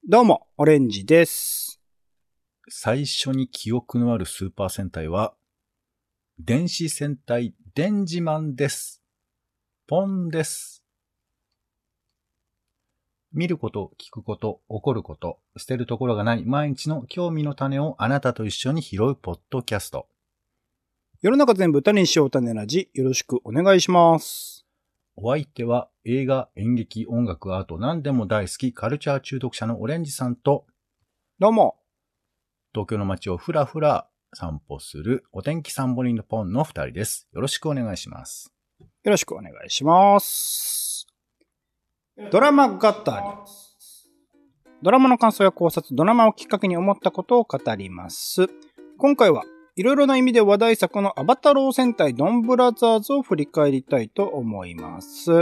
どうも、オレンジです。 最初に記憶のあるスーパー戦隊は、電子戦隊デンジマンです。ポンです。見ること、聞くこと、起こること、捨てるところがない毎日の興味の種をあなたと一緒に拾うポッドキャスト。 世の中全部種にしよう種ラジ、よろしくお願いします。 お相手は映画、演劇、音楽、アート何でも大好きカルチャー中毒者のオレンジさんと、 どうも。 東京の街をふらふら散歩するお天気サンボリンのポンの二人です。よろしくお願いします。 よろしくお願いします。ドラマ語り。ドラマの感想や考察、ドラマをきっかけに思ったことを語ります。今回はいろいろな意味で話題作のアバタロー戦隊ドンブラザーズを振り返りたいと思います。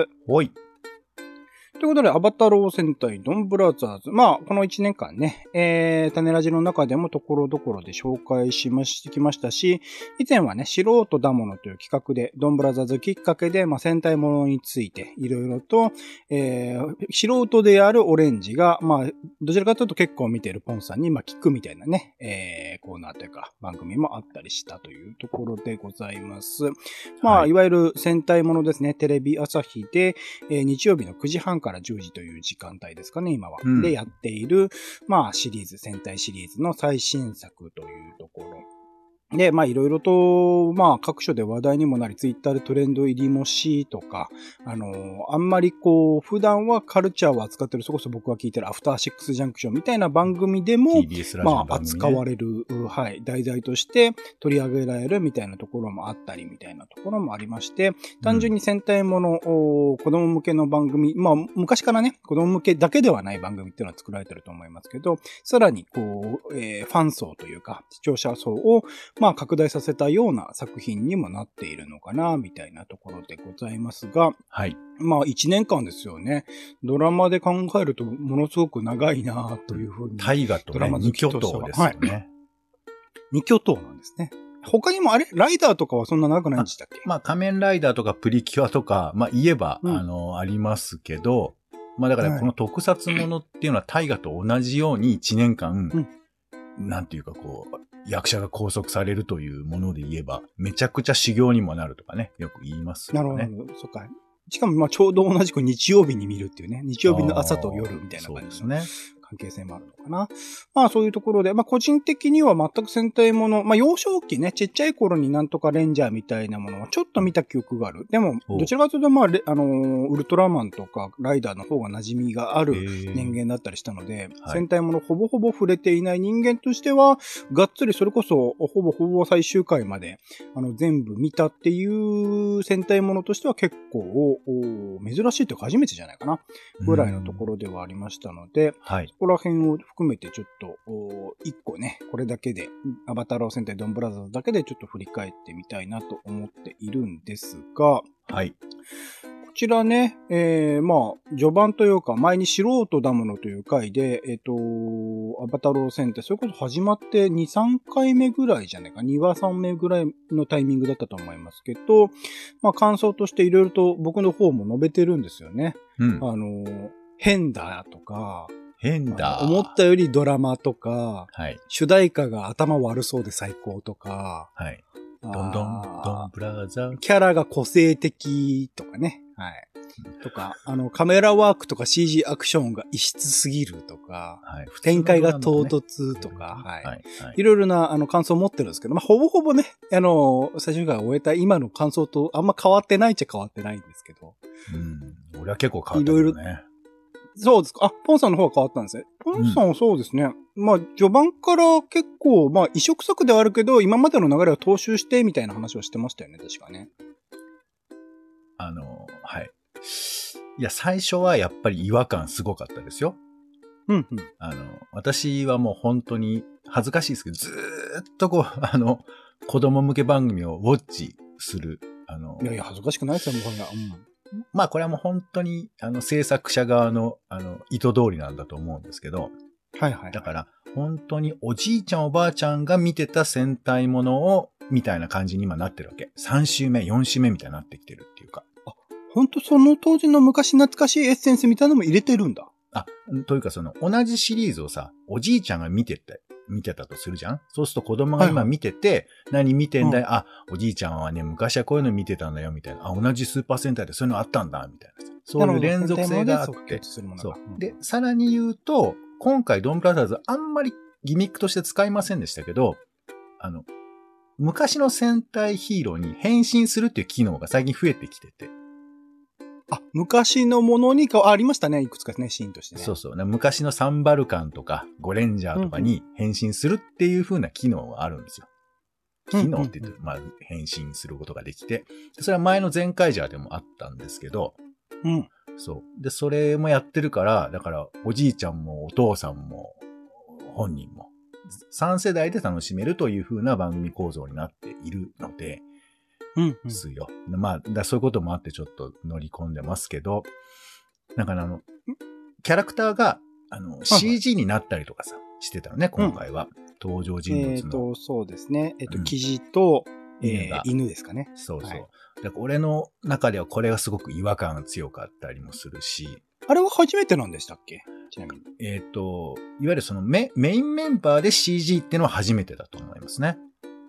ほい。 ということで、アバタロー戦隊ドンブラザーズ。まあ、この1年間ね、種ラジの中でもところどころで紹介してきましたし、以前はね、素人だものという企画で、ドンブラザーズきっかけで、まあ、戦隊ものについて、いろいろと、素人であるオレンジが、まあ、どちらかというと結構見ているポンさんに、まあ、聞くみたいなね、コーナーというか、番組もあったりしたというところでございます。まあ、はい、いわゆる戦隊ものですね、テレビ朝日で、日曜日の9時半から10時という時間帯ですかね、今は。で、やっている、まあ、戦隊シリーズの最新作というところ。で、まあ、いろいろと、まあ、各所で話題にもなり、ツイッターでトレンド入りもしとか、あんまりこう、普段はカルチャーを扱ってる、そこそ僕が聞いてるアフターシックスジャンクションみたいな番組でも、まあ、扱われる、はい、題材として取り上げられるみたいなところもあったりみたいなところもありまして、単純に戦隊もの、子供向けの番組、まあ、昔からね、子供向けだけではない番組っていうのは作られてると思いますけど、さらにこう、ファン層というか、視聴者層をまあ拡大させたような作品にもなっているのかな、みたいなところでございますが、 はい。 まあ1年間ですよね。ドラマで考えるとものすごく長いなというふうに。 大河とね、二巨頭ですよね。はい、 二巨頭なんですね。他にもライダーとかはそんな長くないんでしたっけ？ まあ仮面ライダーとかプリキュアとか、まあ言えば、ありますけど、まあだからこの特撮ものっていうのは大河と同じように1年間、なんていうかこう、役者が拘束されるというもので言えば、めちゃくちゃ修行にもなるとかね、よく言いますよね。 なるほど、そっか。しかもまあちょうど同じく日曜日に見るっていうね、日曜日の朝と夜みたいな感じの関係性もあるのかな。まあそういうところで、まあ個人的には全く戦隊もの、まあ幼少期ね、ちっちゃい頃になんとかレンジャーみたいなものはちょっと見た記憶がある。でも、どちらかというとまあ、ウルトラマンとかライダーの方が馴染みがある人間だったりしたので、戦隊ものほぼほぼ触れていない人間としては、がっつりそれこそほぼほぼ最終回まで全部見たっていう戦隊ものとしては結構珍しいというか初めてじゃないかな。ぐらいのところではありましたので、 はい。 ここら辺を含めてちょっと、一個ね、これだけで、アバタロー戦隊ドンブラザーズだけでちょっと振り返ってみたいなと思っているんですが、 はい。 こちらね、まあ、序盤というか、前に素人だものという回で、アバタロー戦隊、それこそ始まって2、3回目ぐらいじゃないか、2話3目ぐらいのタイミングだったと思いますけど、まあ、感想としていろいろと僕の方も述べてるんですよね。変だとか、 変だ。 思ったよりドラマとか、 はい、 主題歌が頭悪そうで最高とか、 はい、ドンブラザー。 キャラが個性的とかね。はい。とか、カメラワークとか CG アクションが異質すぎるとか、はい、展開が唐突とか、はい。はい。いろいろな、感想を持ってるんですけど、まあ、ほぼほぼね、最初から終えた今の感想とあんま変わってないっちゃ変わってないんですけど。 俺は結構変わったけどね。いろいろそうですか。あ、ポンさんの方は変わったんですね。ポンさんはそうですね。まあ、序盤から結構、まあ、異色作ではあるけど、今までの流れを踏襲して、みたいな話をしてましたよね、確かね。 はい。いや、最初はやっぱり違和感すごかったですよ。私はもう本当に恥ずかしいですけど、ずーっとこう、子供向け番組をウォッチする。 いや、恥ずかしくないですよ、もうこれが。 まあこれはもう本当に制作者側の意図通りなんだと思うんですけど、 はいはい。 だから本当におじいちゃんおばあちゃんが見てた戦隊ものをみたいな感じに今なってるわけ。3週目、4週目みたいになってきてるっていうか。 あ、本当その当時の昔懐かしいエッセンスみたいなのも入れてるんだ。 というか同じシリーズをさ、おじいちゃんが見てたとするじゃん。そうすると子供が今見てて、何見てんだよ、おじいちゃんはね、昔はこういうの見てたんだよ、みたいな。同じスーパー戦隊でそういうのあったんだ、みたいな。そういう連続性があって。そう。で、さらに言うと、今回ドンブラザーズあんまりギミックとして使いませんでしたけど、昔の戦隊ヒーローに変身するっていう機能が最近増えてきてて。 昔のものにありましたね。いくつかね、シーンとしてね。 そうそう。昔のサンバルカンとか、ゴレンジャーとかに変身するっていう風な機能があるんですよ。機能って言って、変身することができて。それは前のゼンカイジャーでもあったんですけど、そう。で、それもやってるから、だから、おじいちゃんもお父さんも、本人も、3世代で楽しめるという風な番組構造になっているので、ですよ。そういうこともあってちょっと乗り込んでますけど、なんかキャラクターが、CG になったりとかさ、してたのね、今回は。登場人物の。 そうですね。キジと、犬ですかね。 そうそう。だから俺の中ではこれがすごく違和感が強かったりもするし。 あれは初めてなんでしたっけ？ちなみに。 いわゆるメインメンバーで CG っていうのは初めてだと思いますね。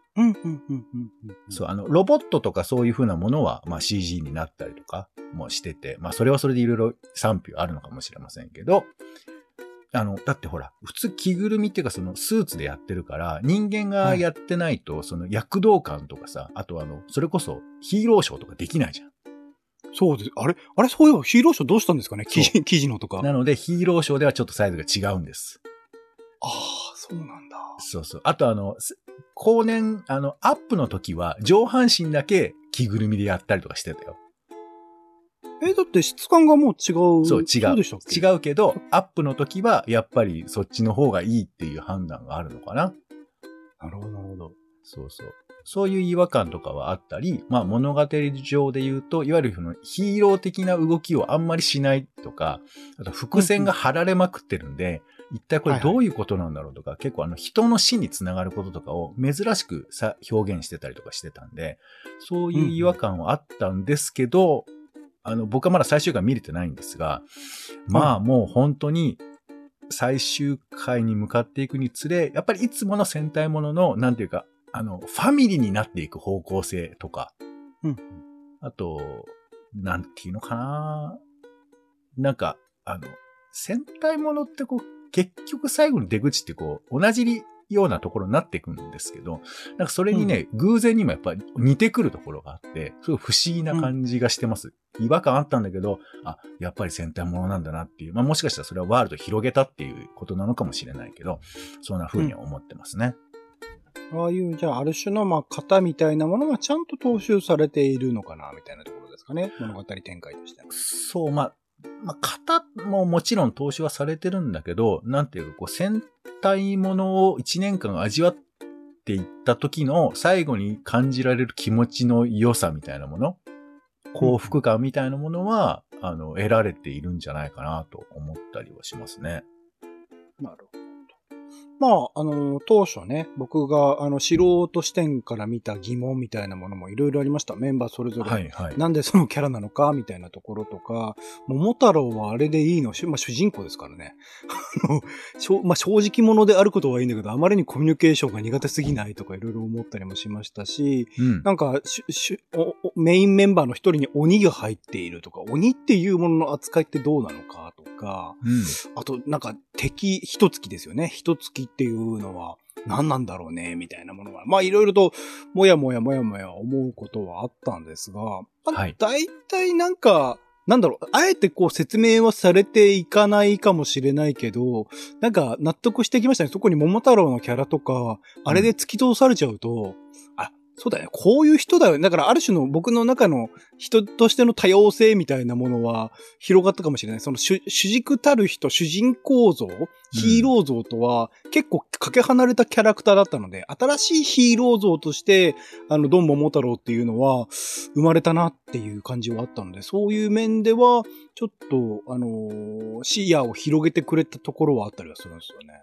そう、ロボットとかそういう風なものは、CG になったりとかもしてて、それはそれでいろいろ賛否あるのかもしれませんけど、だってほら、普通着ぐるみっていうかスーツでやってるから、人間がやってないと、躍動感とかさ、あとそれこそヒーローショーとかできないじゃん。 そうです。あれそういえばヒーローショーどうしたんですかね？記事のとか。 なので、ヒーローショーではちょっとサイズが違うんです。 そうなんだ。 そうそう。あと後年、アップの時は上半身だけ着ぐるみでやったりとかしてたよ。 だって質感がもう違う。 そう、違う。 そうでしたっけ？ 違うけど、アップの時はやっぱりそっちの方がいいっていう判断があるのかな。 なるほど、なるほど。 そうそう。そういう違和感とかはあったり、物語上で言うと、いわゆるヒーロー的な動きをあんまりしないとか、あと伏線が張られまくってるんで、一体これどういうことなんだろうとか、結構人の死につながることとかを珍しく表現してたりとかしてたんで、そういう違和感はあったんですけど、僕はまだ最終回見れてないんですが、もう本当に最終回に向かっていくにつれ、やっぱりいつもの戦隊ものの、なんていうか、ファミリーになっていく方向性とか、あと、なんていうのかな、なんか、戦隊ものって結局最後の出口って同じようなところになっていくんですけど、なんかそれにね、偶然にもやっぱり似てくるところがあって、すごい不思議な感じがしてます。違和感あったんだけど、やっぱり戦隊ものなんだなっていう。もしかしたらそれはワールド広げたっていうことなのかもしれないけど、そんな風に思ってますね。 じゃあ、ある種の、型みたいなものがちゃんと踏襲されているのかな、みたいなところですかね。物語展開として。 そう、型ももちろん踏襲はされてるんだけど、なんていうか、戦隊ものを1年間味わっていった時の最後に感じられる気持ちの良さみたいなもの、幸福感みたいなものは、得られているんじゃないかなと思ったりはしますね。 なるほど。当初ね、僕が、素人視点から見た疑問みたいなものもいろいろありました。メンバーそれぞれ。なんでそのキャラなのかみたいなところとか、桃太郎はあれでいいの？主人公ですからね。正直者であることはいいんだけど、あまりにコミュニケーションが苦手すぎないとかいろいろ思ったりもしましたし、なんか、メインメンバーの一人に鬼が入っているとか、鬼っていうものの扱いってどうなのかとか、あと、なんか敵一月ですよね。一月っていうのは何なんだろうね、みたいなものが。いろいろと、もやもや思うことはあったんですが、大体なんか、なんだろう、あえて説明はされていかないかもしれないけど、なんか納得してきましたね。特に桃太郎のキャラとか、あれで突き通されちゃうと、そうだよね。こういう人だよね。だからある種の僕の中の人としての多様性みたいなものは広がったかもしれない。その主軸たる人、主人公像、ヒーロー像とは結構かけ離れたキャラクターだったので、新しいヒーロー像として、ドン桃太郎っていうのは生まれたなっていう感じはあったので、そういう面では、ちょっと、視野を広げてくれたところはあったりはするんですよね。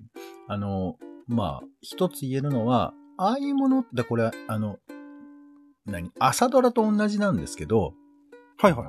一つ言えるのは、ああいうものって、これ、朝ドラと同じなんですけど、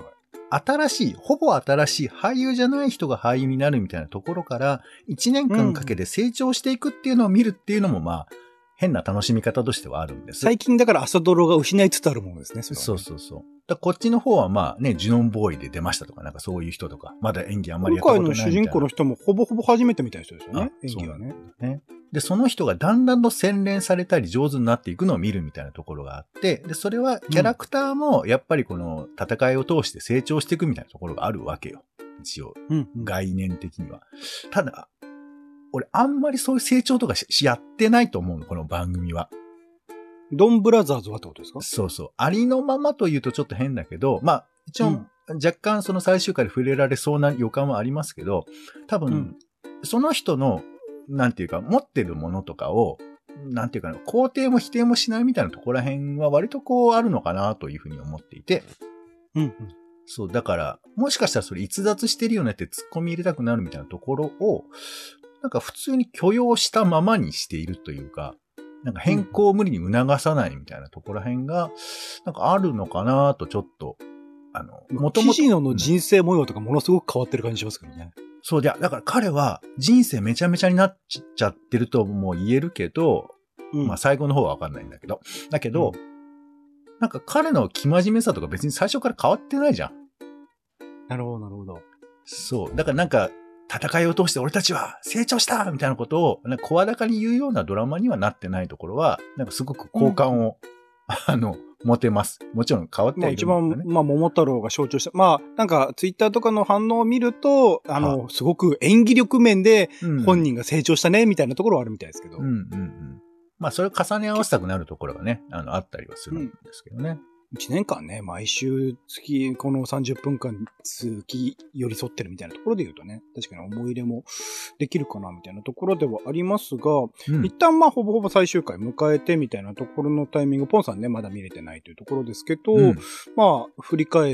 新しい、ほぼ新しい俳優じゃない人が俳優になるみたいなところから、1年間かけて成長していくっていうのを見るっていうのも、まあ、変な楽しみ方としてはあるんです。 最近だから朝ドラが失いつつあるものですね、それはね。 そうそうそう。だこっちの方はまあね、ジュノンボーイで出ましたとか、なんかそういう人とか、まだ演技あんまりやったことないみたいな。 今回の主人公の人もほぼほぼ初めて見た人ですよね、演技はね。 で、その人がだんだんと洗練されたり上手になっていくのを見るみたいなところがあって、で、それはキャラクターもやっぱりこの戦いを通して成長していくみたいなところがあるわけよ。一応、概念的には。ただ、俺あんまりそういう成長とかやってないと思うの、この番組は。 ドンブラザーズはってことですか？ そうそう。ありのままというとちょっと変だけど、まあ、一応、若干その最終回で触れられそうな予感はありますけど、多分、その人の、なんていうか、持ってるものとかを、なんていうかな、肯定も否定もしないみたいなところら辺は割とこうあるのかなというふうに思っていて、そう、だから、もしかしたらそれ逸脱してるよねって突っ込み入れたくなるみたいなところを、なんか普通に許容したままにしているというか、なんか変更を無理に促さないみたいなところら辺が、なんかあるのかなとちょっと、 岸野の人生模様とかものすごく変わってる感じしますけどね。 そう、だから彼は人生めちゃめちゃになっちゃってるとも言えるけど、まあ最後の方はわかんないんだけど、なんか彼の生真面目さとか別に最初から変わってないじゃん。 なるほど、なるほど。 そう。だからなんか、戦いを通して俺たちは成長したみたいなことを、なんか声高に言うようなドラマにはなってないところは、なんかすごく好感を、持てます。もちろん変わってはいるんだね。 一番、桃太郎が象徴した。なんか、ツイッターとかの反応を見ると、すごく演技力面で本人が成長したね、みたいなところはあるみたいですけど。 まあ、それを重ね合わせたくなるところがね、あったりはするんですけどね。 1年間ね、毎週月、この30分間月寄り添ってるみたいなところで言うとね、確かに思い入れもできるかなみたいなところではありますが、一旦ほぼほぼ最終回迎えてみたいなところのタイミング、ポンさんね、まだ見れてないというところですけど、振り返って、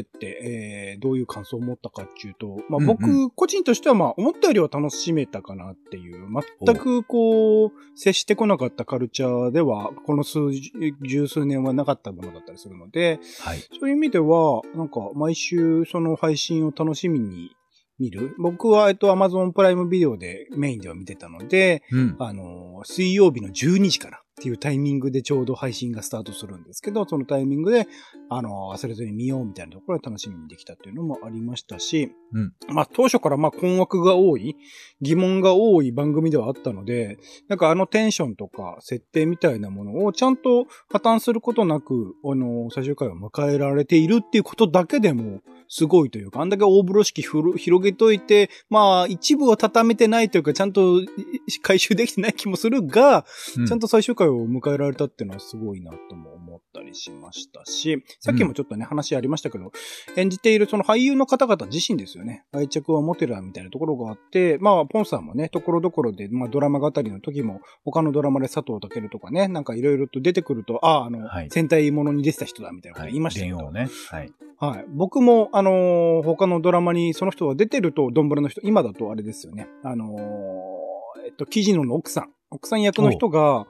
どういう感想を持ったかっていうと、僕個人としては思ったよりは楽しめたかなっていう、全くこう、接してこなかったカルチャーでは、この十数年はなかったものだったりするので、そういう意味では、なんか、毎週その配信を楽しみに見る。僕は、Amazon プライムビデオでメインでは見てたので、水曜日の12時からっていうタイミングでちょうど配信がスタートするんですけど、そのタイミングで、忘れずに見ようみたいなところで楽しみにできたっていうのもありましたし、当初から困惑が多い、疑問が多い番組ではあったので、なんかテンションとか設定みたいなものをちゃんと破綻することなく、最終回を迎えられているっていうことだけでも、すごいというか、あんだけ大風呂敷広げといて、一部を畳めてないというか、ちゃんと回収できてない気もするが、ちゃんと最終回を迎えられたっていうのはすごいなとも思ったりしましたし、さっきもちょっとね、話ありましたけど、演じているその俳優の方々自身ですよね。愛着は持てるみたいなところがあって、ポンさんもね、ところどころで、ドラマ語りの時も、他のドラマで佐藤健とかね、なんかいろいろと出てくると、戦隊ものに出てた人だみたいなこと言いましたけど。はい。僕も、他のドラマにその人が出てると、ドンブラの人、今だとあれですよね。キジノの奥さん役の人が、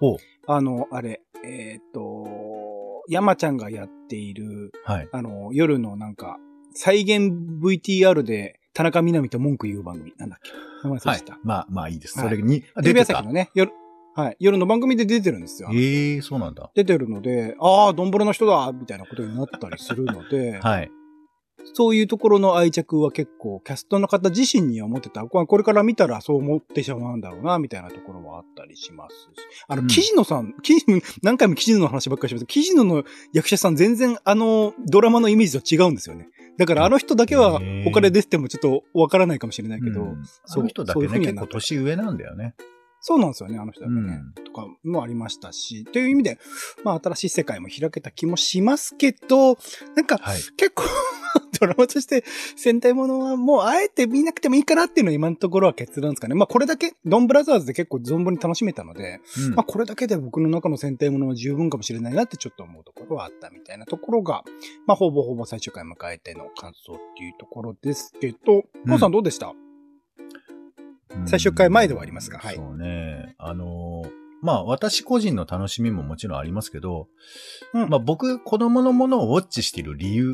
山ちゃんがやっている、夜のなんか、再現 VTR で、田中みな実と文句言う番組、なんだっけ。名前忘れてた。 まあいいです。それに、 テレビ朝日のね、夜の番組で出てるんですよ。 そうなんだ。 出てるので、ドンブラの人だみたいなことになったりするので、そういうところの愛着は結構、キャストの方自身には思ってた。これから見たらそう思ってしまうんだろうな、みたいなところはあったりしますし。キジノさん、何回もキジノの話ばっかりしますけど、キジノの役者さん全然ドラマのイメージと違うんですよね。だからの人だけは他で出てもちょっとわからないかもしれないけど、 その人だけね、結構年上なんだよね。 そうなんですよね、あの人だけね。とかもありましたし。という意味で、新しい世界も開けた気もしますけど、なんか、結構、ドラマとして戦隊ものはもうあえて見なくてもいいかなっていうのが今のところは結論ですかね。これだけ、ドンブラザーズで結構存分に楽しめたので、これだけで僕の中の戦隊ものは十分かもしれないなってちょっと思うところはあったみたいなところが、ほぼほぼ最終回迎えての感想っていうところですけど、ポンさんどうでした？最終回前ではありますが、 そうね。私個人の楽しみももちろんありますけど、僕、子供のものをウォッチしている理由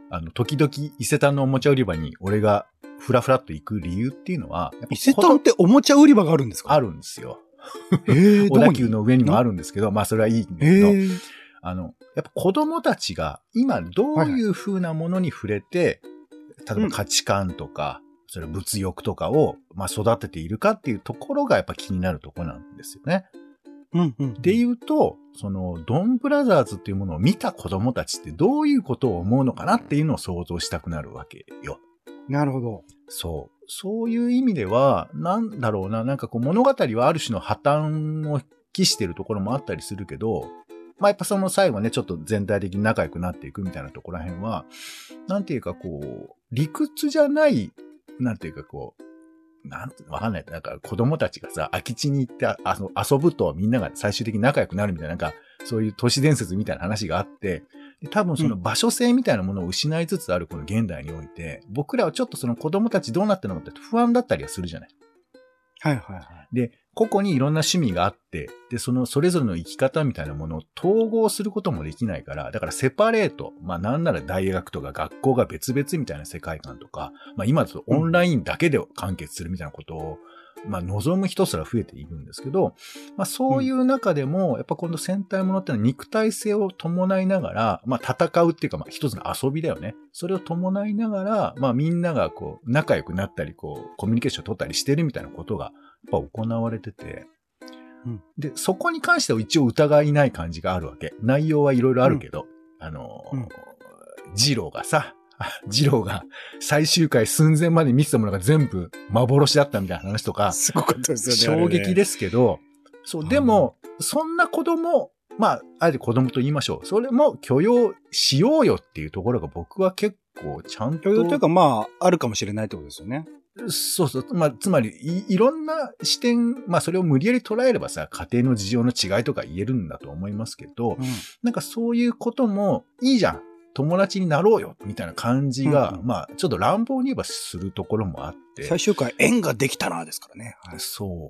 時々伊勢丹のおもちゃ売り場に俺がふらふらっと行く理由っていうのは、 伊勢丹っておもちゃ売り場があるんですか？ あるんですよ。小田急の上にもあるんですけど、まあそれはいいんだけど、やっぱ子供たちが今どういう風なものに触れて、例えば価値観とか、それ物欲とかを、まあ、育てているかっていうところがやっぱ気になるところなんですよね。で言うと、そのドンブラザーズっていうものを見た子供たちってどういうことを思うのかなっていうのを想像したくなるわけよ。 なるほど。 そういう意味では、なんだろうな、なんかこう物語はある種の破綻を期してるところもあったりするけど、まあ、やっぱその最後ね、ちょっと全体的に仲良くなっていくみたいなところら辺は、なんていうかこう、理屈じゃない、なんていうかこう、わかんない。なんか子供たちがさ、空き地に行って遊ぶとみんなが最終的に仲良くなるみたいな、なんかそういう都市伝説みたいな話があって、で多分その場所性みたいなものを失いつつあるこの現代において、僕らはちょっとその子供たちどうなってるのかって不安だったりはするじゃない。 はいはいはい。 で、個々にいろんな趣味があって、で、それぞれの生き方みたいなものを統合することもできないから、だからセパレート、まあなんなら大学とか学校が別々みたいな世界観とか、まあ今だとオンラインだけで完結するみたいなことを、まあ望む人すら増えているんですけど、まあそういう中でも、やっぱこの戦隊ものってのは肉体性を伴いながら、まあ戦うっていうか、まあ一つの遊びだよね。それを伴いながら、まあみんながこう仲良くなったり、こうコミュニケーションを取ったりしてるみたいなことが、やっぱ行われてて、で、そこに関しては一応疑いない感じがあるわけ。内容はいろいろあるけど、ジローが最終回寸前まで見てたものが全部幻だったみたいな話とか、 すごかったですよね。 衝撃ですけど、でも、そんな子供、まあ、あえて子供と言いましょう。それも許容しようよっていうところが僕は結構ちゃんと。 許容というかまあ、あるかもしれないってことですよね。 そう。まあ、つまりいろんな視点、まあ、それを無理やり捉えればさ、家庭の事情の違いとか言えるんだと思いますけど、なんかそういうこともいいじゃん。友達になろうよ、みたいな感じが、まあ、ちょっと乱暴に言えばするところもあって。 最終回、縁ができたな、ですからね。 そう。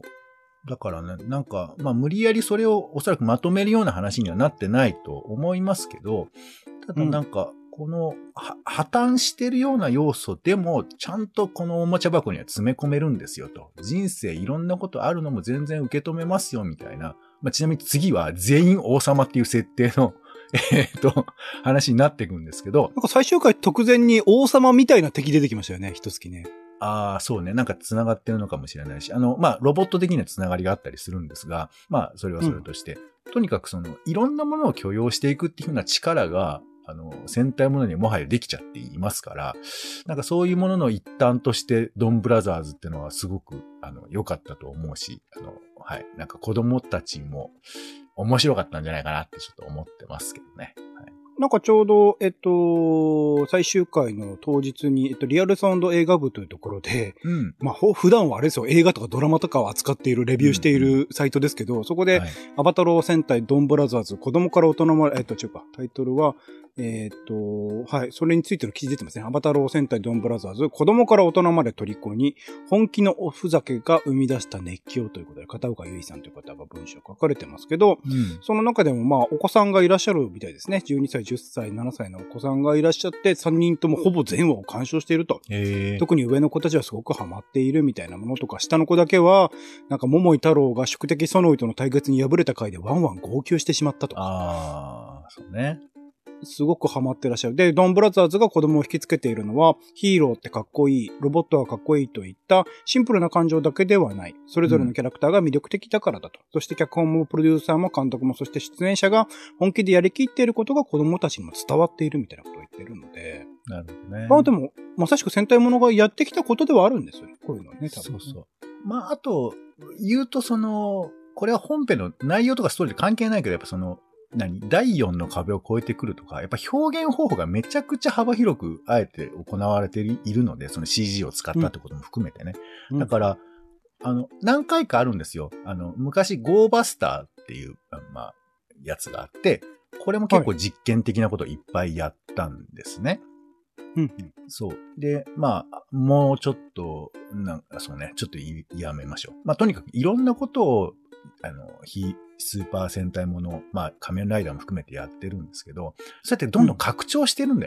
だからね、なんか、まあ、無理やりそれをおそらくまとめるような話にはなってないと思いますけど、ただなんか、この破綻してるような要素でもちゃんとこのおもちゃ箱には詰め込めるんですよと。人生いろんなことあるのも全然受け止めますよみたいな。まあ、ちなみに次は全員王様っていう設定の話になっていくんですけど。 なんか最終回直前に王様みたいな敵出てきましたよね、一月ね。 ああ、そうね。なんか繋がってるのかもしれないし、まあ、ロボット的には繋がりがあったりするんですが、まあ、それはそれとして、とにかくいろんなものを許容していくっていうふうな力が、戦隊ものにもはやできちゃっていますから、なんかそういうものの一端としてドンブラザーズってのはすごく、良かったと思うし、はい。なんか子供たちも面白かったんじゃないかなってちょっと思ってますけどね。はい。 なんかちょうど、最終回の当日に、リアルサウンド映画部というところで、まあ、普段はあれですよ、映画とかドラマとかを扱っている、レビューしているサイトですけど、そこで、アバタロー戦隊ドンブラザーズ、子供から大人まで、タイトルは、はい、それについての記事出てますね。アバタロー戦隊ドンブラザーズ、子供から大人まで虜に、本気のおふざけが生み出した熱狂ということで、片岡結衣さんという方が文章を書かれてますけど、その中でもまあ、お子さんがいらっしゃるみたいですね。12歳、10歳、7歳のお子さんがいらっしゃって、3人ともほぼ全話を鑑賞していると。特に上の子たちはすごくハマっているみたいなものとか、下の子だけは、なんか桃井太郎が宿敵ソノイとの対決に敗れた回でワンワン号泣してしまったと。 ああ、そうね。 すごくハマってらっしゃる。で、ドンブラザーズが子供を引きつけているのは、ヒーローってかっこいい、ロボットはかっこいいといったシンプルな感情だけではない。それぞれのキャラクターが魅力的だからだと。そして脚本もプロデューサーも監督も、そして出演者が本気でやりきっていることが子供たちにも伝わっているみたいなことを言ってるので。 なるほどね。 まあでも、まさしく戦隊ものがやってきたことではあるんですよね。こういうのはね、多分。 そう。まあ、あと、言うとこれは本編の内容とかストーリーで関係ないけど、やっぱ第4の壁を越えてくるとか、やっぱ表現方法がめちゃくちゃ幅広くあえて行われているので、その CG を使ったってことも含めてね。だから、何回かあるんですよ。昔、ゴーバスターっていう、まあ、やつがあって、これも結構実験的なことをいっぱいやったんですね。そう。で、まあ、もうちょっと、ちょっとやめましょう。まあ、とにかくいろんなことを、スーパー戦隊もの、まあ仮面ライダーも含めてやってるんですけど、そうやってどんどん拡張してるんだよね。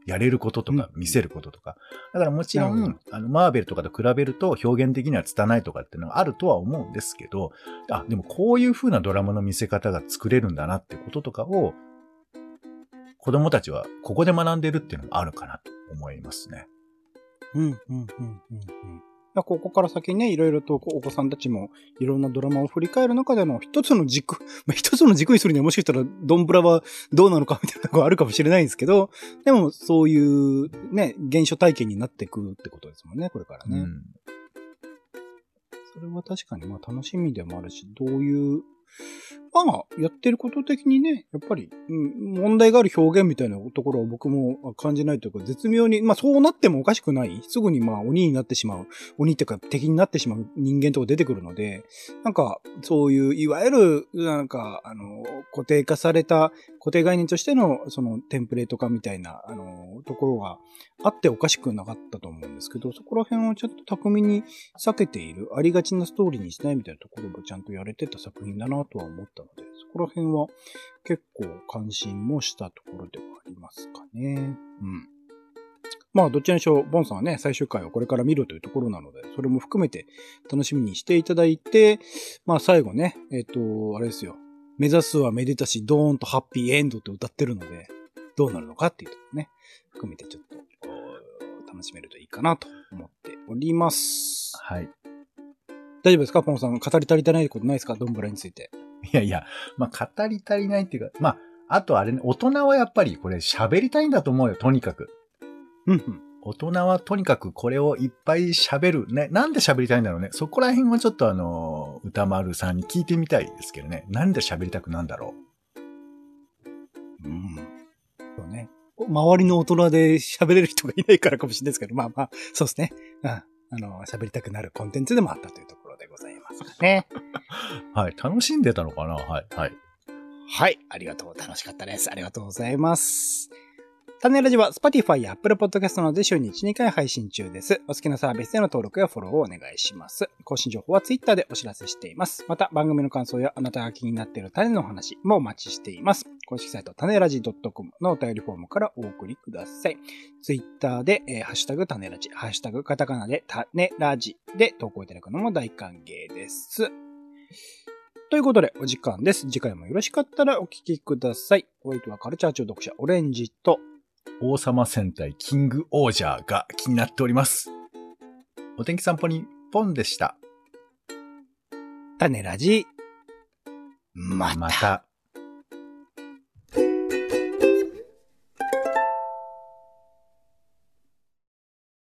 やれることとか、見せることとか。だからもちろん、マーベルとかと比べると表現的には拙いとかっていうのがあるとは思うんですけど、でもこういう風なドラマの見せ方が作れるんだなってこととかを、子供たちはここで学んでるっていうのもあるかなと思いますね。 ここから先ね、いろいろとお子さんたちもいろんなドラマを振り返る中での一つの軸にするにはもしかしたらドンブラはどうなのかみたいなところあるかもしれないんですけど、でもそういうね、原初体験になってくるってことですもんね、これからね。それは確かに楽しみでもあるし、どういう、やってること的にね、やっぱり、問題がある表現みたいなところは僕も感じないというか、絶妙に、そうなってもおかしくない。すぐに鬼になってしまう。鬼っていうか敵になってしまう人間とか出てくるので、そういう、いわゆる、固定化された、固定概念としての、その、テンプレート化みたいな、ところがあっておかしくなかったと思うんですけど、そこら辺をちょっと巧みに避けている、ありがちなストーリーにしないみたいなところもちゃんとやれてた作品だなとは思ったので、そこら辺は結構関心もしたところではありますかね。どっちにしろ、ボンさんはね、最終回をこれから見るというところなので、それも含めて楽しみにしていただいて、最後ね、あれですよ。目指すはめでたし、ドーンとハッピーエンドって歌ってるので、どうなるのかっていうところね、含めてちょっと楽しめるといいかなと思っております。 はい。 大丈夫ですかポンさん、語り足りてないことないですかドンブラについて。 いや、語り足りないっていうか、あとあれね、大人はやっぱりこれ喋りたいんだと思うよ、とにかく。大人はとにかくこれをいっぱい喋る。ね。なんで喋りたいんだろうね。そこら辺はちょっと歌丸さんに聞いてみたいですけどね。なんで喋りたくなんだろう。 そうね。周りの大人で喋れる人がいないからかもしれないですけど、そうですね。喋りたくなるコンテンツでもあったというところでございますかね。 はい。楽しんでたのかなはい。 はい。ありがとう。楽しかったです。ありがとうございます。種ラジは Spotify や Apple Podcast などで週に 1,2 回配信中です。お好きなサービスでの登録やフォローをお願いします。更新情報は Twitter でお知らせしています。また番組の感想やあなたが気になっている種の話もお待ちしています。公式サイト種ラジ .com のお便りフォームからお送りください。Twitter で、ハッシュタグ種ラジ、ハッシュタグカタカナで種ラジで投稿いただくのも大歓迎です。ということでお時間です。次回もよろしかったらお聞きください。お相手はカルチャー中読者オレンジと王様戦隊キングオージャーが気になっております。お天気散歩にポンでした。 種ラジまた。